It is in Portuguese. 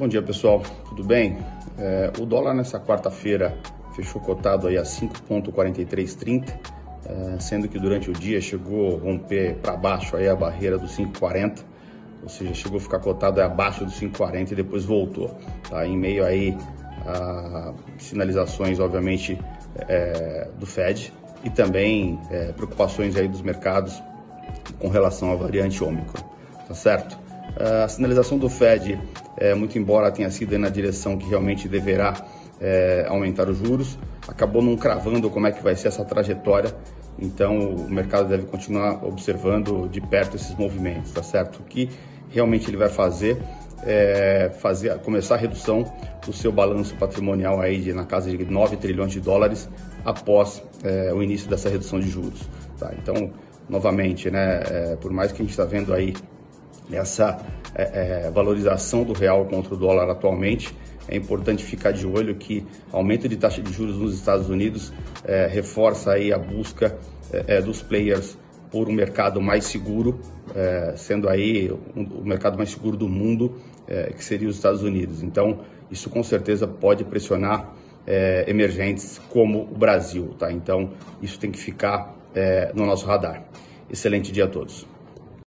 Bom dia, pessoal, tudo bem? O dólar nessa quarta-feira fechou cotado aí a 5,4330, sendo que durante o dia chegou a romper para baixo aí a barreira dos 5,40, ou seja, chegou a ficar cotado abaixo dos 5,40 e depois voltou, tá? Em meio aí a sinalizações, obviamente, do Fed e também preocupações aí dos mercados com relação à variante Ômicron, tá certo? A sinalização do Fed, muito embora tenha sido na direção que realmente deverá aumentar os juros, acabou não cravando como é que vai ser essa trajetória, então o mercado deve continuar observando de perto esses movimentos, tá certo? O que realmente ele vai fazer começar a redução do seu balanço patrimonial aí na casa de 9 trilhões de dólares após o início dessa redução de juros, tá? Então, novamente, né, por mais que a gente está vendo aí essa valorização do real contra o dólar atualmente, é importante ficar de olho que aumento de taxa de juros nos Estados Unidos reforça aí a busca dos players por um mercado mais seguro, sendo aí o mercado mais seguro do mundo, que seria os Estados Unidos. Então, isso com certeza pode pressionar emergentes como o Brasil, tá? Então, isso tem que ficar no nosso radar. Excelente dia a todos.